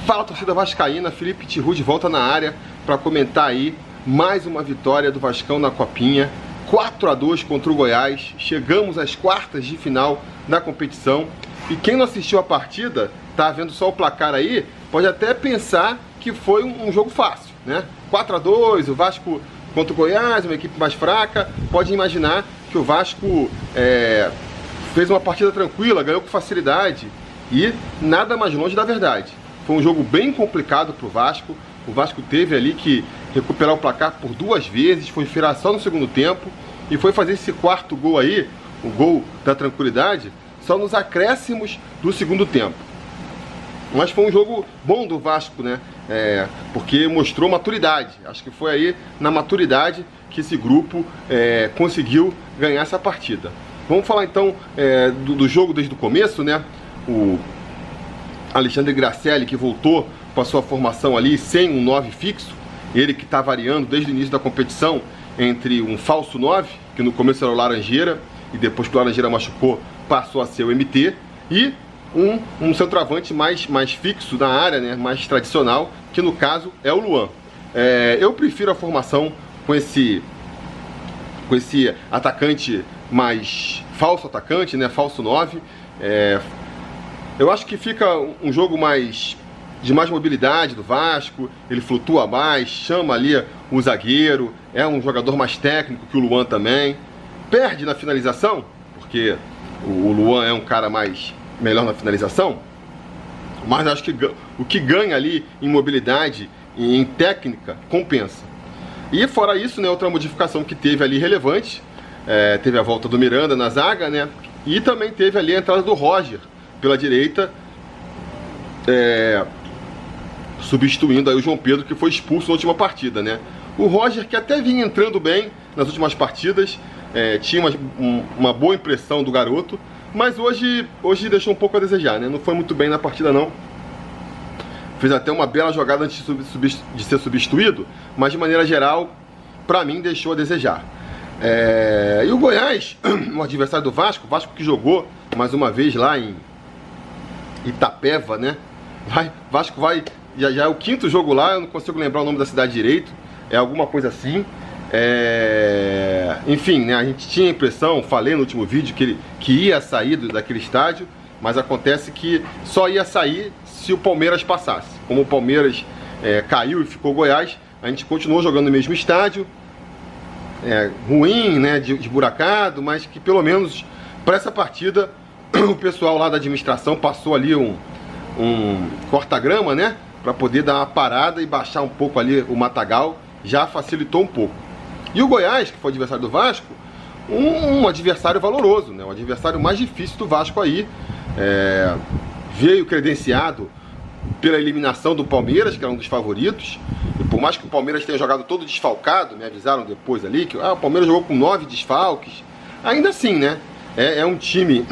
Fala, torcida vascaína, Felipe Tiru de volta na área para comentar aí mais uma vitória do Vascão na Copinha, 4-2 contra o Goiás. Chegamos às quartas de final da competição e quem não assistiu a partida, tá vendo só o placar aí, pode até pensar que foi um jogo fácil, né? 4-2, o Vasco contra o Goiás, uma equipe mais fraca, pode imaginar que o Vasco fez uma partida tranquila, ganhou com facilidade e nada mais longe da verdade. Foi um jogo bem complicado para o Vasco. O Vasco teve ali que recuperar o placar por 2 vezes, foi virar só no segundo tempo e foi fazer esse quarto gol aí, o gol da tranquilidade, só nos acréscimos do segundo tempo. Mas foi um jogo bom do Vasco, né? Porque mostrou maturidade. Acho que foi aí na maturidade que esse grupo conseguiu ganhar essa partida. Vamos falar então do jogo desde o começo, né? O Alexandre Gracelli, que voltou para sua formação ali sem um 9 fixo, ele que está variando desde o início da competição entre um falso 9, que no começo era o Laranjeira, e depois que o Laranjeira machucou, passou a ser o MT, e um centroavante mais fixo na área, né, mais tradicional, que no caso é o Luan. Eu prefiro a formação com esse atacante mais falso atacante, né, falso 9. Eu acho que fica um jogo de mais mobilidade do Vasco, ele flutua mais, chama ali o zagueiro, é um jogador mais técnico que o Luan também. Perde na finalização, porque o Luan é um cara melhor na finalização, mas acho que o que ganha ali em mobilidade e em técnica compensa. E fora isso, né, outra modificação que teve ali relevante, teve a volta do Miranda na zaga, né, e também teve ali a entrada do Roger pela direita, substituindo aí o João Pedro, que foi expulso na última partida, né? O Roger, que até vinha entrando bem nas últimas partidas, tinha uma boa impressão do garoto, mas hoje deixou um pouco a desejar, né? Não foi muito bem na partida não. Fez até uma bela jogada antes de ser substituído, mas de maneira geral, pra mim, deixou a desejar. E o Goiás, o adversário do Vasco, o Vasco que jogou mais uma vez lá em Itapeva, né? Vasco vai, já é o 5º jogo lá, eu não consigo lembrar o nome da cidade direito, é alguma coisa assim. Enfim, né, a gente tinha a impressão, falei no último vídeo, que ia sair daquele estádio, mas acontece que só ia sair se o Palmeiras passasse. Como o Palmeiras caiu e ficou Goiás, a gente continuou jogando no mesmo estádio, ruim, né, esburacado, mas que pelo menos para essa partida o pessoal lá da administração passou ali um corta-grama, né, para poder dar uma parada e baixar um pouco ali o matagal, já facilitou um pouco. E o Goiás, que foi adversário do Vasco, um adversário valoroso, né, o adversário mais difícil do Vasco aí, veio credenciado pela eliminação do Palmeiras, que era um dos favoritos, e por mais que o Palmeiras tenha jogado todo desfalcado, me avisaram depois ali, que o Palmeiras jogou com 9 desfalques, ainda assim, né, é um time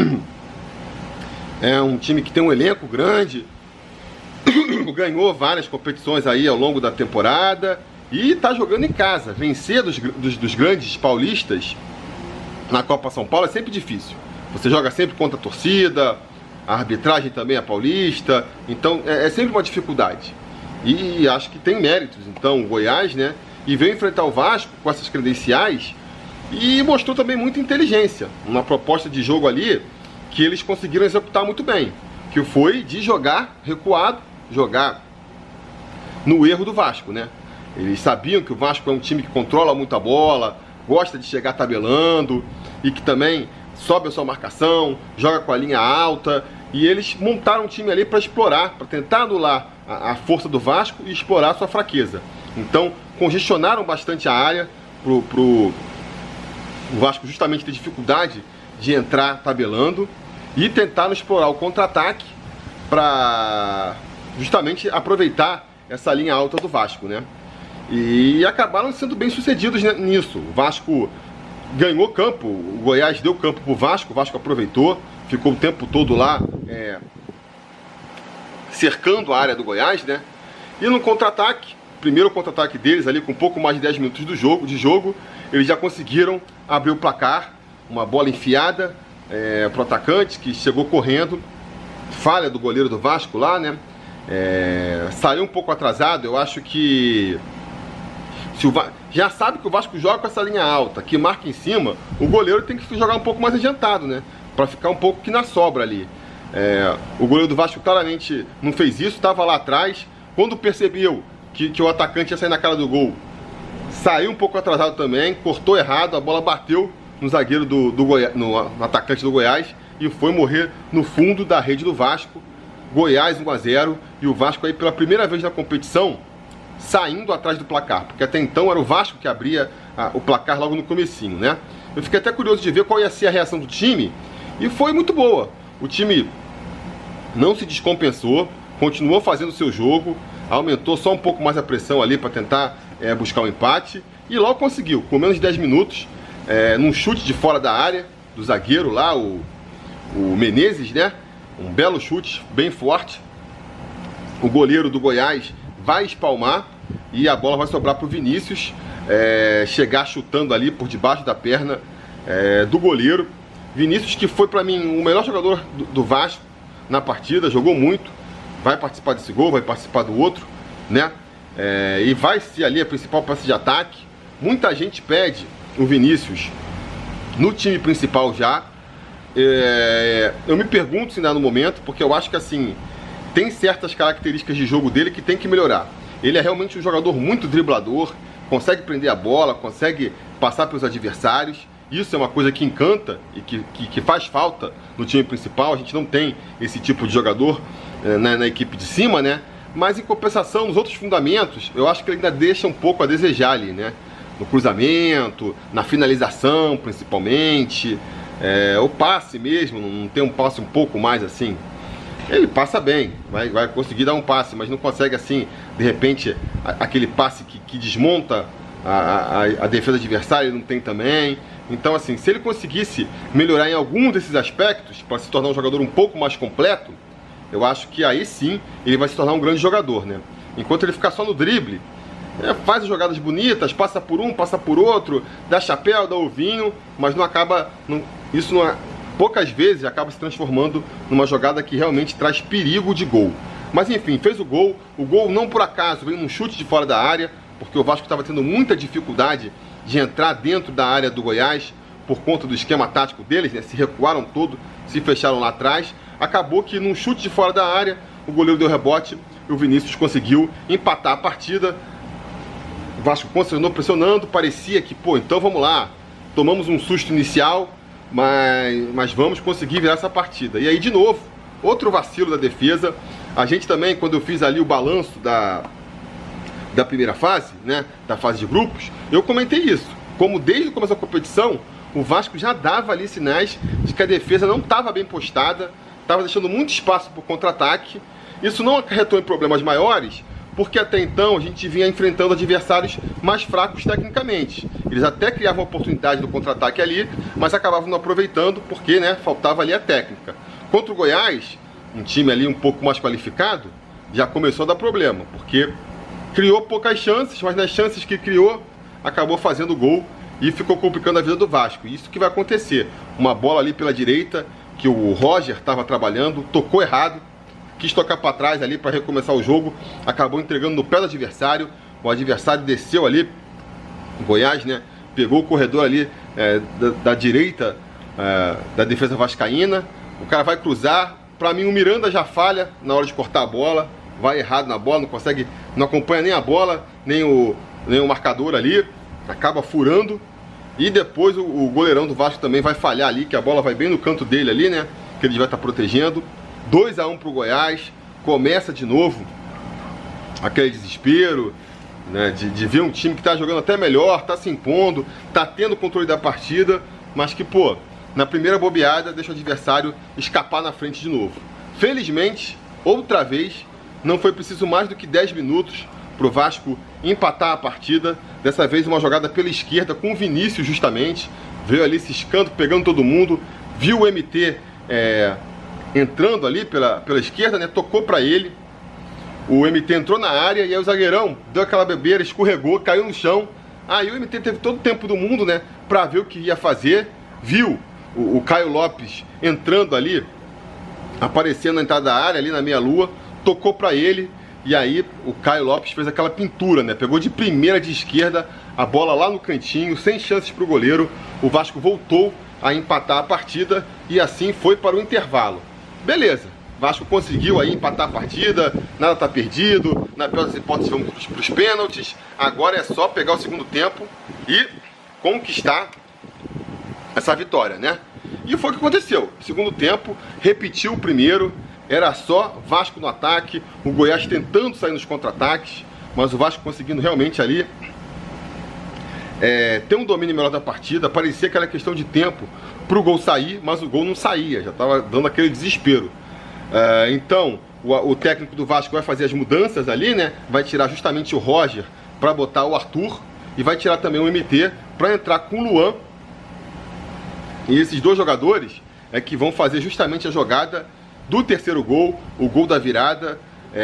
que tem um elenco grande, ganhou várias competições aí ao longo da temporada e tá jogando em casa. Vencer dos grandes paulistas na Copa São Paulo é sempre difícil. Você joga sempre contra a torcida, a arbitragem também é paulista, então é sempre uma dificuldade. E acho que tem méritos, então, o Goiás, né? E veio enfrentar o Vasco com essas credenciais e mostrou também muita inteligência. Uma proposta de jogo ali que eles conseguiram executar muito bem, que foi de jogar recuado, jogar no erro do Vasco, né? Eles sabiam que o Vasco é um time que controla muito a bola, gosta de chegar tabelando e que também sobe a sua marcação, joga com a linha alta, e eles montaram um time ali para explorar, para tentar anular a força do Vasco e explorar a sua fraqueza. Então congestionaram bastante a área pro Vasco justamente ter dificuldade de entrar tabelando, e tentaram explorar o contra-ataque para justamente aproveitar essa linha alta do Vasco, né? E acabaram sendo bem sucedidos nisso. O Vasco ganhou campo, o Goiás deu campo pro Vasco, o Vasco aproveitou, ficou o tempo todo lá cercando a área do Goiás, né? E no contra-ataque, primeiro contra-ataque deles ali com um pouco mais de 10 minutos de jogo, eles já conseguiram abrir o placar, uma bola enfiada pro atacante, que chegou correndo, falha do goleiro do Vasco lá, né? saiu um pouco atrasado. Eu acho que já sabe que o Vasco joga com essa linha alta, que marca em cima, o goleiro tem que jogar um pouco mais adiantado, né? Pra ficar um pouco que na sobra ali. O goleiro do Vasco claramente não fez isso, estava lá atrás. Quando percebeu que o atacante ia sair na cara do gol, saiu um pouco atrasado também, cortou errado, a bola bateu no zagueiro no atacante do Goiás e foi morrer no fundo da rede do Vasco. Goiás 1 a 0, e o Vasco aí pela primeira vez na competição saindo atrás do placar, porque até então era o Vasco que abria o placar logo no comecinho, né? Eu fiquei até curioso de ver qual ia ser a reação do time, e foi muito boa. O time não se descompensou, continuou fazendo o seu jogo, aumentou só um pouco mais a pressão ali para tentar buscar um empate, e logo conseguiu, com menos de 10 minutos, num chute de fora da área do zagueiro lá, o Menezes, né? Um belo chute, bem forte. O goleiro do Goiás vai espalmar e a bola vai sobrar para o Vinícius chegar chutando ali por debaixo da perna do goleiro. Vinícius, que foi para mim o melhor jogador do Vasco na partida, jogou muito, vai participar desse gol, vai participar do outro, né? E vai ser ali a principal peça de ataque. Muita gente pede o Vinícius no time principal já. Eu me pergunto se ainda no momento, porque eu acho que assim, tem certas características de jogo dele que tem que melhorar. Ele é realmente um jogador muito driblador, consegue prender a bola, consegue passar pelos adversários. Isso é uma coisa que encanta e que faz falta no time principal. A gente não tem esse tipo de jogador na equipe de cima, né? Mas em compensação, nos outros fundamentos, eu acho que ele ainda deixa um pouco a desejar ali, né? No cruzamento, na finalização principalmente, o passe mesmo, não tem um passe um pouco mais assim. Ele passa bem, vai conseguir dar um passe, mas não consegue assim, de repente, aquele passe que desmonta a defesa adversária, ele não tem também. Então assim, se ele conseguisse melhorar em algum desses aspectos, para se tornar um jogador um pouco mais completo, eu acho que aí sim, ele vai se tornar um grande jogador, né? Enquanto ele ficar só no drible, faz as jogadas bonitas, passa por um, passa por outro, dá chapéu, dá ovinho, mas não acaba, isso não é, poucas vezes acaba se transformando numa jogada que realmente traz perigo de gol. Mas enfim, fez o gol não por acaso, veio num chute de fora da área, porque o Vasco estava tendo muita dificuldade de entrar dentro da área do Goiás, por conta do esquema tático deles, né? Se recuaram todo, se fecharam lá atrás. Acabou que num chute de fora da área, o goleiro deu rebote e o Vinícius conseguiu empatar a partida. O Vasco continuou pressionando, parecia que, então vamos lá, tomamos um susto inicial, mas vamos conseguir virar essa partida. E aí, de novo, outro vacilo da defesa. A gente também, quando eu fiz ali o balanço da primeira fase, né, da fase de grupos, eu comentei isso. Como desde o começo da competição, o Vasco já dava ali sinais de que a defesa não estava bem postada, estava deixando muito espaço para o contra-ataque. Isso não acarretou em problemas maiores, porque até então a gente vinha enfrentando adversários mais fracos tecnicamente. Eles até criavam oportunidade do contra-ataque ali, mas acabavam não aproveitando porque, né, faltava ali a técnica. Contra o Goiás, um time ali um pouco mais qualificado, já começou a dar problema, porque criou poucas chances, mas nas chances que criou, acabou fazendo gol e ficou complicando a vida do Vasco. Isso que vai acontecer. Uma bola ali pela direita, que o Roger estava trabalhando, tocou errado, quis tocar para trás ali para recomeçar o jogo, acabou entregando no pé do adversário. O adversário desceu ali, o Goiás, né, pegou o corredor ali da direita da defesa vascaína. O cara vai cruzar, para mim o Miranda já falha na hora de cortar a bola, vai errado na bola, não acompanha nem a bola, nem o marcador ali, acaba furando. E depois o goleirão do Vasco também vai falhar ali, que a bola vai bem no canto dele ali, né, que ele vai estar protegendo. 2 a 1 para o Goiás, começa de novo aquele desespero, né, de ver um time que está jogando até melhor, está se impondo, está tendo controle da partida, mas que, na primeira bobeada deixa o adversário escapar na frente de novo. Felizmente, outra vez, não foi preciso mais do que 10 minutos para o Vasco empatar a partida. Dessa vez uma jogada pela esquerda com o Vinícius justamente, veio ali ciscando, pegando todo mundo, viu o MT entrando ali pela esquerda, né, tocou para ele, o MT entrou na área e aí o zagueirão deu aquela bebeira, escorregou, caiu no chão. Aí o MT teve todo o tempo do mundo, né, para ver o que ia fazer, viu o Caio Lopes entrando ali, aparecendo na entrada da área, ali na meia-lua, tocou para ele, e aí o Caio Lopes fez aquela pintura, né? Pegou de primeira de esquerda, a bola lá no cantinho, sem chances para o goleiro. O Vasco voltou a empatar a partida e assim foi para o intervalo. Beleza, Vasco conseguiu aí empatar a partida, nada tá perdido, na pior das hipóteses vamos para os pênaltis. Agora é só pegar o segundo tempo e conquistar essa vitória, né? E foi o que aconteceu. Segundo tempo, repetiu o primeiro, era só Vasco no ataque, o Goiás tentando sair nos contra-ataques, mas o Vasco conseguindo realmente ali ter um domínio melhor da partida. Parecia que era questão de tempo para o gol sair, mas o gol não saía, já estava dando aquele desespero. Então, o técnico do Vasco vai fazer as mudanças ali, né? Vai tirar justamente o Roger para botar o Arthur e vai tirar também o MT para entrar com o Luan. E esses dois jogadores é que vão fazer justamente a jogada do terceiro gol, o gol da virada.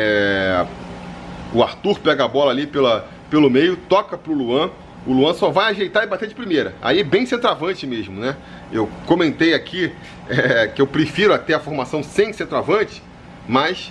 O Arthur pega a bola ali pelo meio, toca pro Luan. O Luan só vai ajeitar e bater de primeira. Aí bem centroavante mesmo, né? Eu comentei aqui que eu prefiro até a formação sem centroavante, mas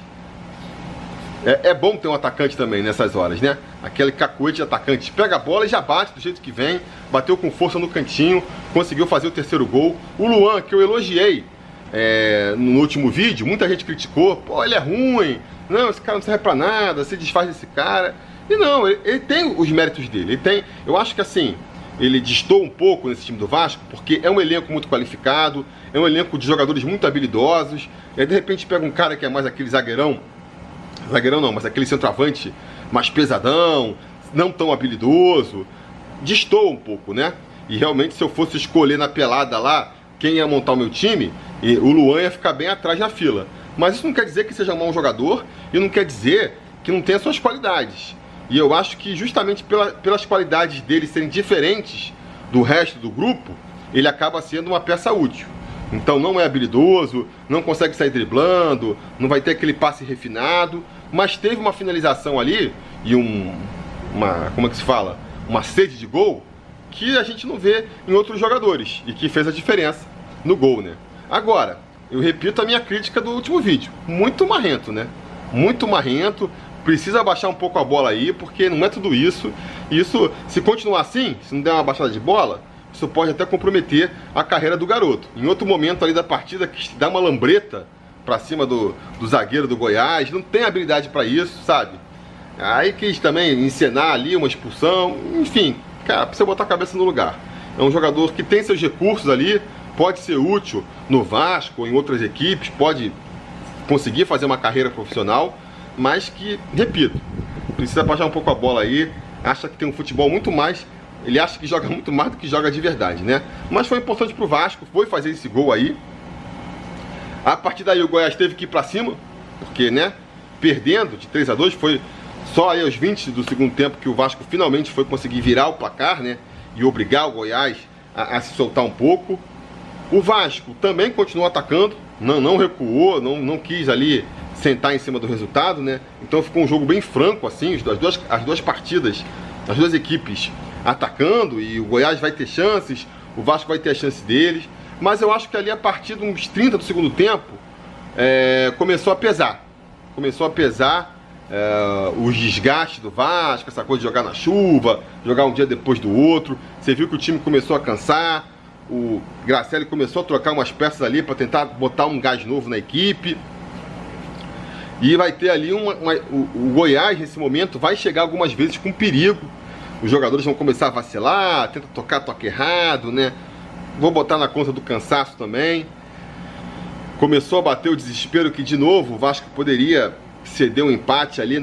é bom ter um atacante também nessas horas, né? Aquele cacuete de atacante pega a bola e já bate do jeito que vem. Bateu com força no cantinho, conseguiu fazer o terceiro gol. O Luan, que eu elogiei no último vídeo, muita gente criticou. Pô, ele é ruim, não, esse cara não serve pra nada, se desfaz desse cara. E não, ele tem os méritos dele. Eu acho que assim, ele destoa um pouco nesse time do Vasco, porque é um elenco muito qualificado, é um elenco de jogadores muito habilidosos. E aí de repente pega um cara que é mais aquele zagueirão não, mas aquele centroavante mais pesadão, não tão habilidoso, destoa um pouco, né? E realmente, se eu fosse escolher na pelada lá quem ia montar o meu time, o Luan ia ficar bem atrás na fila. Mas isso não quer dizer que seja um mau jogador, e não quer dizer que não tenha suas qualidades. E eu acho que justamente pelas qualidades dele serem diferentes do resto do grupo, ele acaba sendo uma peça útil. Então não é habilidoso, não consegue sair driblando, não vai ter aquele passe refinado, mas teve uma finalização ali e como é que se fala? Uma sede de gol que a gente não vê em outros jogadores e que fez a diferença no gol, né? Agora, eu repito a minha crítica do último vídeo, muito marrento, né? Muito marrento. Precisa abaixar um pouco a bola aí, porque não é tudo isso. Isso, se continuar assim, se não der uma baixada de bola, isso pode até comprometer a carreira do garoto. Em outro momento ali da partida, que dá uma lambreta pra cima do zagueiro do Goiás, não tem habilidade pra isso, sabe? Aí quis também encenar ali uma expulsão, enfim, cara, precisa botar a cabeça no lugar. É um jogador que tem seus recursos ali, pode ser útil no Vasco ou em outras equipes, pode conseguir fazer uma carreira profissional, mas que, repito, precisa baixar um pouco a bola aí. Acha que tem um futebol muito mais, ele acha que joga muito mais do que joga de verdade, né? Mas foi importante pro Vasco, foi fazer esse gol aí. A partir daí o Goiás teve que ir pra cima, porque, né, perdendo de 3-2, foi só aí aos 20 do segundo tempo que o Vasco finalmente foi conseguir virar o placar, né, e obrigar o Goiás a se soltar um pouco. O Vasco também continuou atacando, não recuou, não quis ali sentar em cima do resultado, né? Então ficou um jogo bem franco, assim, as duas partidas, as duas equipes atacando, e o Goiás vai ter chances, o Vasco vai ter a chance deles, mas eu acho que ali a partir de uns 30 do segundo tempo, começou a pesar os desgastes do Vasco, essa coisa de jogar na chuva, jogar um dia depois do outro. Você viu que o time começou a cansar, o Gracelli começou a trocar umas peças ali para tentar botar um gás novo na equipe. E vai ter ali o Goiás, nesse momento, vai chegar algumas vezes com perigo. Os jogadores vão começar a vacilar, tenta tocar toque errado, né? Vou botar na conta do cansaço também. Começou a bater o desespero que, de novo, o Vasco poderia ceder um empate ali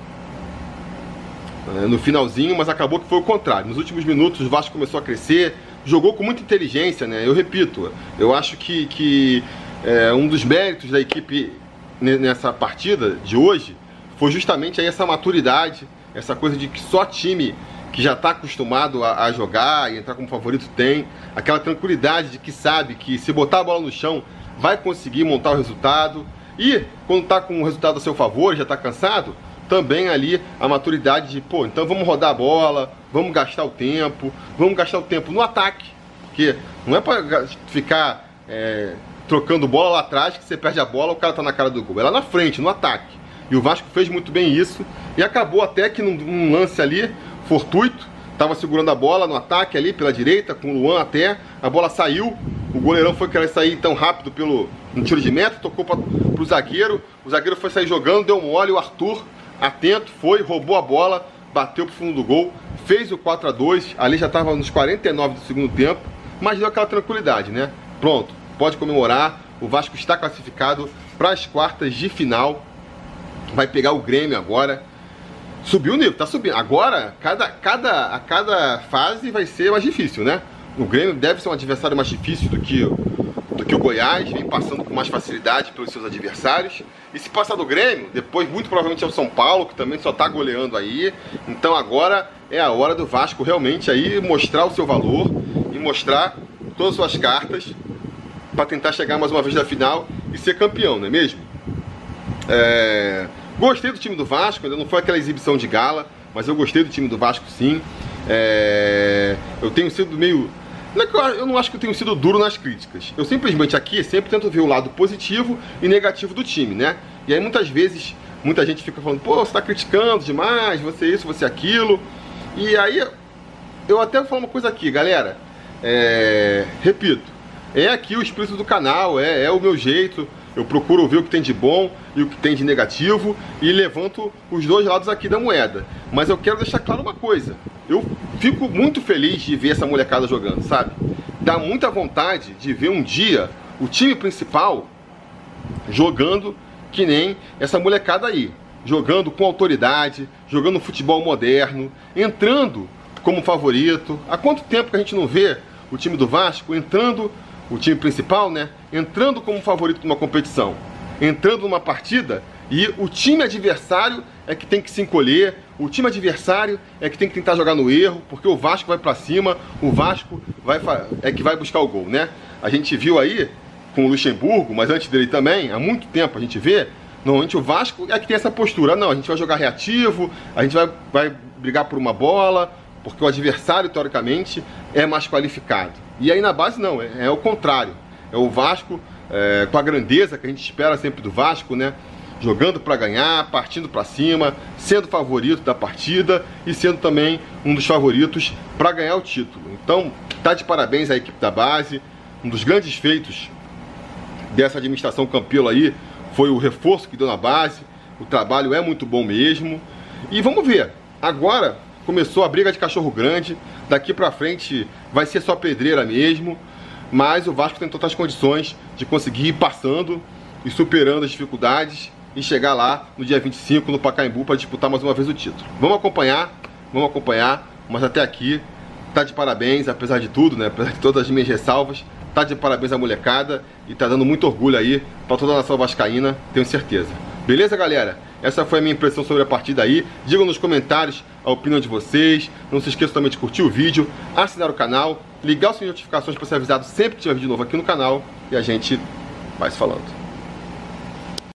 no finalzinho, mas acabou que foi o contrário. Nos últimos minutos o Vasco começou a crescer, jogou com muita inteligência, né? Eu repito, eu acho que um dos méritos da equipe nessa partida de hoje foi justamente aí essa maturidade, essa coisa de que só time que já está acostumado a jogar e entrar como favorito tem, aquela tranquilidade de que sabe que se botar a bola no chão vai conseguir montar o resultado, e quando está com o resultado a seu favor, já está cansado, também ali a maturidade de, pô, então vamos rodar a bola, vamos gastar o tempo no ataque, porque não é para ficar trocando bola lá atrás, que você perde a bola, o cara tá na cara do gol. É lá na frente, no ataque. E o Vasco fez muito bem isso. E acabou até que num lance ali, fortuito, estava segurando a bola no ataque ali pela direita, com o Luan até, a bola saiu, o goleirão foi querer sair tão rápido no tiro de meta, tocou pro zagueiro, o zagueiro foi sair jogando, deu mole, o Arthur, atento, foi, roubou a bola, bateu pro fundo do gol, fez o 4-2, ali já estava nos 49 do segundo tempo, mas deu aquela tranquilidade, né? Pronto, pode comemorar, o Vasco está classificado para as quartas de final, vai pegar o Grêmio agora. Subiu o nível, tá subindo. Agora, a cada fase vai ser mais difícil, né? O Grêmio deve ser um adversário mais difícil do que o Goiás, vem passando com mais facilidade pelos seus adversários. E se passar do Grêmio, depois muito provavelmente é o São Paulo, que também só tá goleando aí. Então agora é a hora do Vasco realmente aí mostrar o seu valor e mostrar todas as suas cartas para tentar chegar mais uma vez na final e ser campeão, não é mesmo? Gostei do time do Vasco, ainda não foi aquela exibição de gala, mas eu gostei do time do Vasco sim. Eu tenho sido meio... Eu não acho que eu tenho sido duro nas críticas. Eu simplesmente aqui sempre tento ver o lado positivo e negativo do time, né? E aí muitas vezes, muita gente fica falando, pô, você tá criticando demais, você isso, você aquilo. E aí, eu até vou falar uma coisa aqui, galera. Repito, é aqui o espírito do canal, é o meu jeito. Eu procuro ver o que tem de bom e o que tem de negativo e levanto os dois lados aqui da moeda. Mas eu quero deixar claro uma coisa. Eu fico muito feliz de ver essa molecada jogando, sabe? Dá muita vontade de ver um dia o time principal jogando que nem essa molecada aí. Jogando com autoridade, jogando futebol moderno, entrando como favorito. Há quanto tempo que a gente não vê o time do Vasco entrando... O time principal, né? Entrando como favorito numa competição, entrando numa partida e o time adversário é que tem que se encolher, o time adversário é que tem que tentar jogar no erro, porque o Vasco vai pra cima, o Vasco é que vai buscar o gol, né? A gente viu aí com o Luxemburgo, mas antes dele também, há muito tempo a gente vê, normalmente o Vasco é que tem essa postura, não, a gente vai jogar reativo, a gente vai brigar por uma bola, porque o adversário, teoricamente, é mais qualificado. E aí na base não, é o contrário. É o Vasco, com a grandeza que a gente espera sempre do Vasco, né? Jogando para ganhar, partindo para cima, sendo favorito da partida e sendo também um dos favoritos para ganhar o título. Então, tá de parabéns à equipe da base. Um dos grandes feitos dessa administração Campelo aí foi o reforço que deu na base. O trabalho é muito bom mesmo. E vamos ver, agora... Começou a briga de cachorro grande, daqui pra frente vai ser só pedreira mesmo, mas o Vasco tem todas as condições de conseguir ir passando e superando as dificuldades e chegar lá no dia 25 no Pacaembu para disputar mais uma vez o título. Vamos acompanhar, mas até aqui tá de parabéns, apesar de tudo, né? Apesar de todas as minhas ressalvas, tá de parabéns a molecada e tá dando muito orgulho aí para toda a nação vascaína, tenho certeza. Beleza, galera? Essa foi a minha impressão sobre a partida aí. Digam nos comentários a opinião de vocês. Não se esqueçam também de curtir o vídeo, assinar o canal, ligar o sininho de notificações para ser avisado sempre que tiver vídeo novo aqui no canal. E a gente vai se falando.